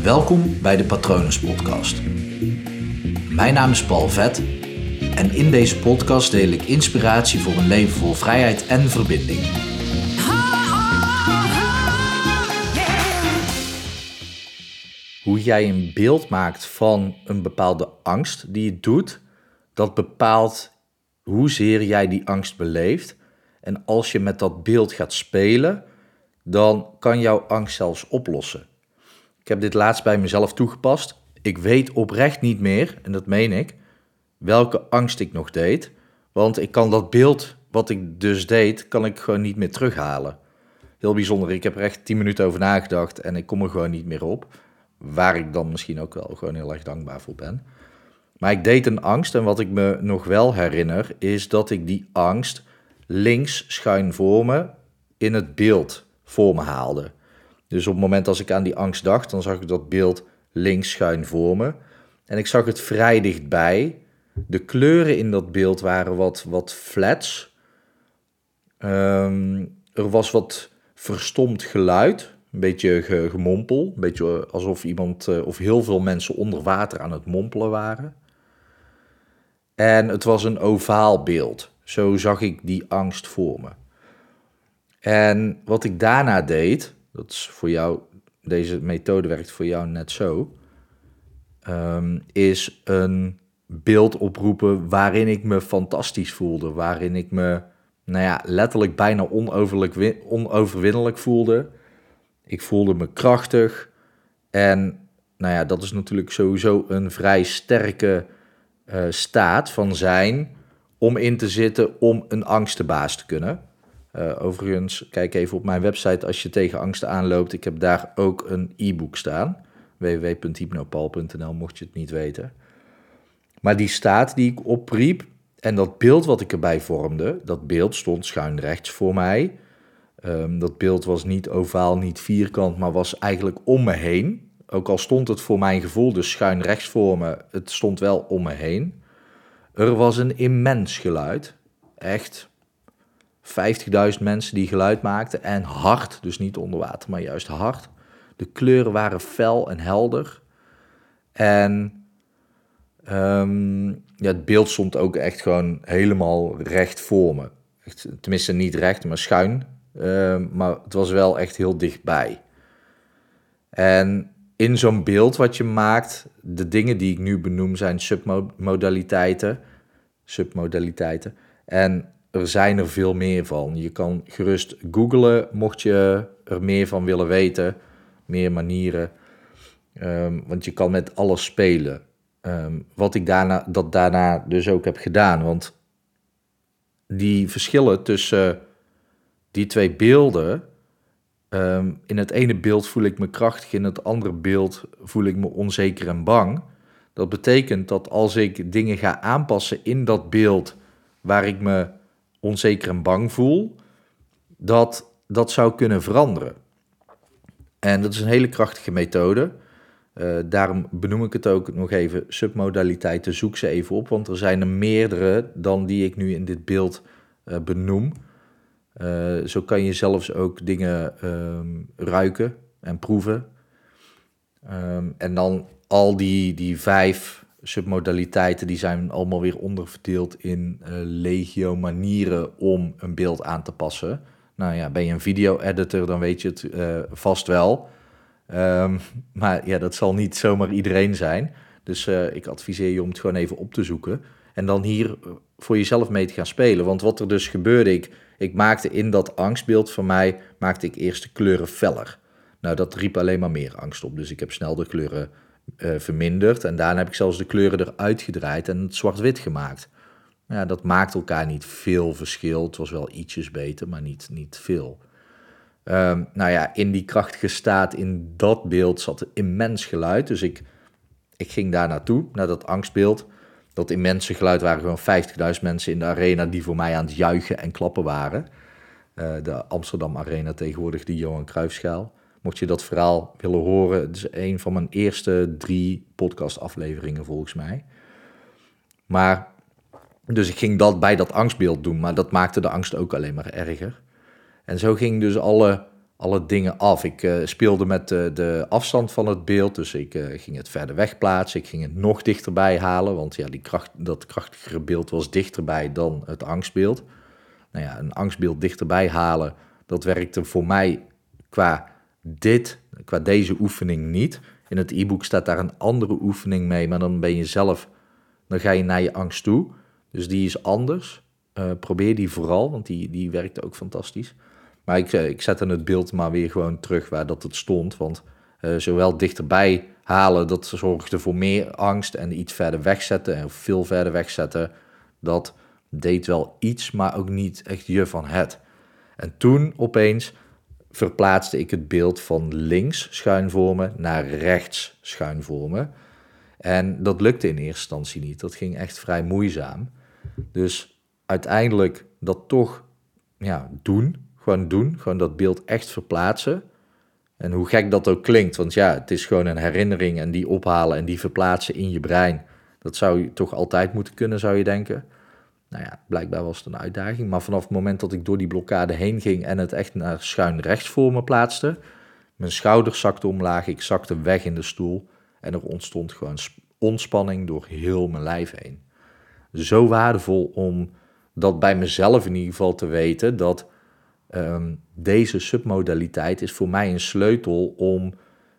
Welkom bij de Patronus Podcast. Mijn naam is Paul Vet en in deze podcast deel ik inspiratie voor een leven vol vrijheid en verbinding. Hoe jij een beeld maakt van een bepaalde angst die je doet, dat bepaalt hoezeer jij die angst beleeft. En als je met dat beeld gaat spelen, dan kan jouw angst zelfs oplossen. Ik heb dit laatst bij mezelf toegepast. Ik weet oprecht niet meer, en dat meen ik, welke angst ik nog deed. Want ik kan dat beeld wat ik dus deed, kan ik gewoon niet meer terughalen. Heel bijzonder, ik heb er echt 10 minuten over nagedacht en ik kom er gewoon niet meer op. Waar ik dan misschien ook wel gewoon heel erg dankbaar voor ben. Maar ik deed een angst en wat ik me nog wel herinner, is dat ik die angst links schuin voor me in het beeld voor me haalde. Dus op het moment als ik aan die angst dacht, dan zag ik dat beeld links schuin voor me. En ik zag het vrij dichtbij. De kleuren in dat beeld waren wat flats. Er was wat verstomd geluid. Een beetje gemompel. Een beetje alsof iemand of heel veel mensen onder water aan het mompelen waren. En het was een ovaal beeld. Zo zag ik die angst voor me. En wat ik daarna deed, dat is voor jou, deze methode werkt voor jou net zo, is een beeld oproepen waarin ik me fantastisch voelde. Waarin ik me, letterlijk bijna onoverwinnelijk voelde. Ik voelde me krachtig. En dat is natuurlijk sowieso een vrij sterke staat van zijn om in te zitten om een angstenbaas te kunnen. Overigens, kijk even op mijn website als je tegen angsten aanloopt. Ik heb daar ook een e-book staan. www.hypnopal.nl, mocht je het niet weten. Maar die staat die ik opriep en dat beeld wat ik erbij vormde, dat beeld stond schuin rechts voor mij. Dat beeld was niet ovaal, niet vierkant, maar was eigenlijk om me heen. Ook al stond het voor mijn gevoel dus schuin rechts voor me, het stond wel om me heen. Er was een immens geluid, echt 50.000 mensen die geluid maakten en hard, dus niet onder water, maar juist hard. De kleuren waren fel en helder. En het beeld stond ook echt gewoon helemaal recht voor me. Echt, tenminste niet recht, maar schuin. Maar het was wel echt heel dichtbij. En in zo'n beeld wat je maakt, de dingen die ik nu benoem zijn submodaliteiten. En er zijn er veel meer van. Je kan gerust googlen, mocht je er meer van willen weten. Meer manieren. Want je kan met alles spelen. Wat ik daarna dus ook heb gedaan. Want die verschillen tussen die twee beelden. In het ene beeld voel ik me krachtig. In het andere beeld voel ik me onzeker en bang. Dat betekent dat als ik dingen ga aanpassen in dat beeld waar ik me onzeker en bang voel, dat zou kunnen veranderen. En dat is een hele krachtige methode. Daarom benoem ik het ook nog even, submodaliteiten, zoek ze even op, want er zijn er meerdere dan die ik nu in dit beeld benoem. Zo kan je zelfs ook dingen ruiken en proeven. En dan al die 5 submodaliteiten, die zijn allemaal weer onderverdeeld in legio manieren om een beeld aan te passen. Ben je een video-editor, dan weet je het vast wel. Maar ja, dat zal niet zomaar iedereen zijn. Dus ik adviseer je om het gewoon even op te zoeken. En dan hier voor jezelf mee te gaan spelen. Want wat er dus gebeurde, ik maakte in dat angstbeeld van mij, maakte ik eerst de kleuren feller. Nou, dat riep alleen maar meer angst op. Dus ik heb snel de kleuren verminderd. En daarna heb ik zelfs de kleuren eruit gedraaid en het zwart-wit gemaakt. Ja, dat maakt elkaar niet veel verschil. Het was wel ietsjes beter, maar niet veel. In die krachtige staat in dat beeld zat een immens geluid. Dus ik ging daar naartoe, naar dat angstbeeld. Dat immense geluid waren gewoon 50.000 mensen in de arena die voor mij aan het juichen en klappen waren. De Amsterdam Arena tegenwoordig, de Johan Cruijffschaal. Mocht je dat verhaal willen horen, het is een van mijn eerste 3 podcastafleveringen volgens mij. Maar, dus ik ging dat bij dat angstbeeld doen, maar dat maakte de angst ook alleen maar erger. En zo ging dus alle dingen af. Ik speelde met de afstand van het beeld, dus ik ging het verder weg plaatsen. Ik ging het nog dichterbij halen, want ja, dat krachtigere beeld was dichterbij dan het angstbeeld. Nou ja, een angstbeeld dichterbij halen, dat werkte voor mij qua deze oefening niet. In het e-book staat daar een andere oefening mee, maar dan dan ga je naar je angst toe. Dus die is anders. Probeer die vooral, want die werkte ook fantastisch. Maar ik zette het beeld maar weer gewoon terug waar dat het stond. Want zowel dichterbij halen, dat zorgde voor meer angst. En iets verder wegzetten, of veel verder wegzetten, dat deed wel iets, maar ook niet echt je van het. En toen opeens verplaatste ik het beeld van links schuin voor me naar rechts schuin voor me. En dat lukte in eerste instantie niet. Dat ging echt vrij moeizaam. Dus uiteindelijk dat toch doen. Gewoon dat beeld echt verplaatsen. En hoe gek dat ook klinkt, want ja, het is gewoon een herinnering en die ophalen en die verplaatsen in je brein. Dat zou je toch altijd moeten kunnen, zou je denken. Nou ja, blijkbaar was het een uitdaging. Maar vanaf het moment dat ik door die blokkade heen ging en het echt naar schuin rechts voor me plaatste, mijn schouders zakten omlaag, ik zakte weg in de stoel en er ontstond gewoon ontspanning door heel mijn lijf heen. Zo waardevol om dat bij mezelf in ieder geval te weten, dat deze submodaliteit is voor mij een sleutel om,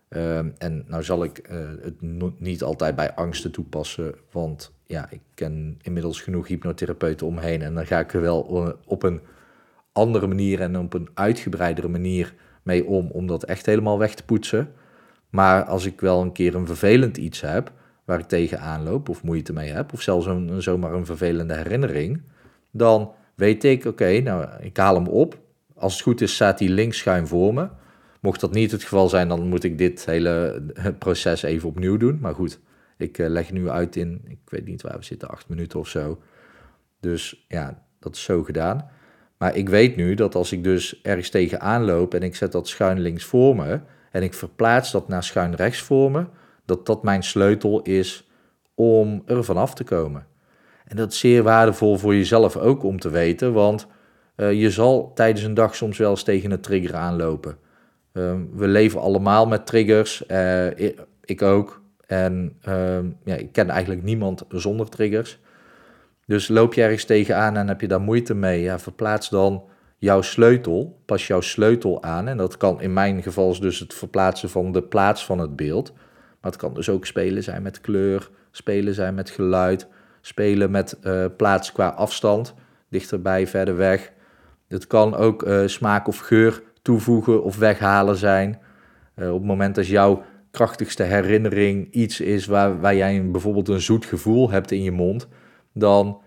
en nou zal ik het niet altijd bij angsten toepassen, want ja, ik ken inmiddels genoeg hypnotherapeuten omheen en dan ga ik er wel op een andere manier en op een uitgebreidere manier mee om dat echt helemaal weg te poetsen. Maar als ik wel een keer een vervelend iets heb, waar ik tegenaan loop of moeite mee heb, of zelfs zomaar een vervelende herinnering, dan weet ik, oké, nou, ik haal hem op. Als het goed is, staat hij links schuin voor me. Mocht dat niet het geval zijn, dan moet ik dit hele proces even opnieuw doen. Maar goed, ik leg nu uit in, ik weet niet waar we zitten, 8 minuten of zo. Dus ja, dat is zo gedaan. Maar ik weet nu dat als ik dus ergens tegenaan loop en ik zet dat schuin links voor me en ik verplaats dat naar schuin rechts voor me, dat mijn sleutel is om er vanaf te komen. En dat is zeer waardevol voor jezelf ook om te weten, want je zal tijdens een dag soms wel eens tegen een trigger aanlopen. We leven allemaal met triggers, ik ook. En ik ken eigenlijk niemand zonder triggers. Dus loop je ergens tegenaan en heb je daar moeite mee, ja, verplaats dan jouw sleutel, pas jouw sleutel aan. En dat kan in mijn geval dus het verplaatsen van de plaats van het beeld. Maar het kan dus ook spelen zijn met kleur, spelen zijn met geluid, spelen met plaats qua afstand, dichterbij, verder weg. Het kan ook smaak of geur toevoegen of weghalen zijn. Op het moment dat jouw krachtigste herinnering iets is waar jij bijvoorbeeld een zoet gevoel hebt in je mond, dan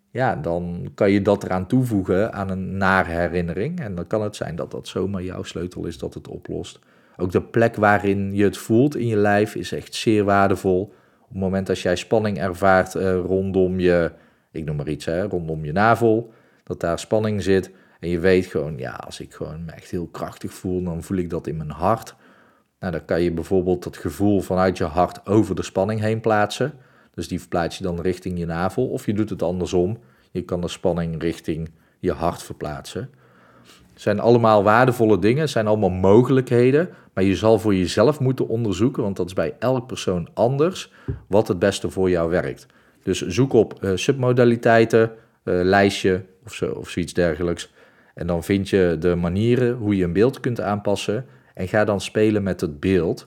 kan je dat eraan toevoegen aan een nare herinnering. En dan kan het zijn dat dat zomaar jouw sleutel is dat het oplost. Ook de plek waarin je het voelt in je lijf is echt zeer waardevol. Op het moment dat jij spanning ervaart rondom je, ik noem maar iets, rondom je navel, dat daar spanning zit. En je weet gewoon, ja, als ik gewoon me echt heel krachtig voel, dan voel ik dat in mijn hart. Nou, dan kan je bijvoorbeeld dat gevoel vanuit je hart over de spanning heen plaatsen. Dus die verplaats je dan richting je navel. Of je doet het andersom. Je kan de spanning richting je hart verplaatsen. Het zijn allemaal waardevolle dingen. Het zijn allemaal mogelijkheden. Maar je zal voor jezelf moeten onderzoeken, want dat is bij elk persoon anders, wat het beste voor jou werkt. Dus zoek op submodaliteiten, lijstje of zoiets dergelijks. En dan vind je de manieren hoe je een beeld kunt aanpassen. En ga dan spelen met het beeld.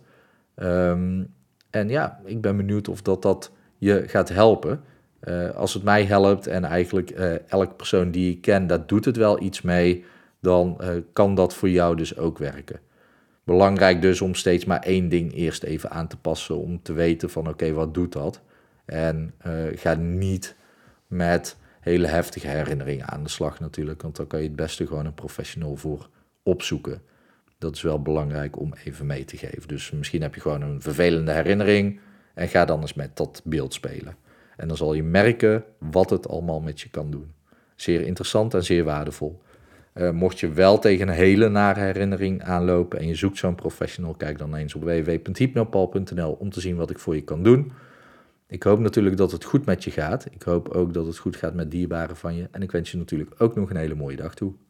En ja, ik ben benieuwd of dat je gaat helpen. Als het mij helpt en eigenlijk elke persoon die ik ken, daar doet het wel iets mee, dan kan dat voor jou dus ook werken. Belangrijk dus om steeds maar één ding eerst even aan te passen, om te weten van oké, wat doet dat? En ga niet met hele heftige herinneringen aan de slag natuurlijk, want dan kan je het beste gewoon een professional voor opzoeken. Dat is wel belangrijk om even mee te geven. Dus misschien heb je gewoon een vervelende herinnering en ga dan eens met dat beeld spelen. En dan zal je merken wat het allemaal met je kan doen. Zeer interessant en zeer waardevol. Mocht je wel tegen een hele nare herinnering aanlopen en je zoekt zo'n professional, kijk dan eens op www.hypnopal.nl om te zien wat ik voor je kan doen. Ik hoop natuurlijk dat het goed met je gaat. Ik hoop ook dat het goed gaat met dierbaren van je. En ik wens je natuurlijk ook nog een hele mooie dag toe.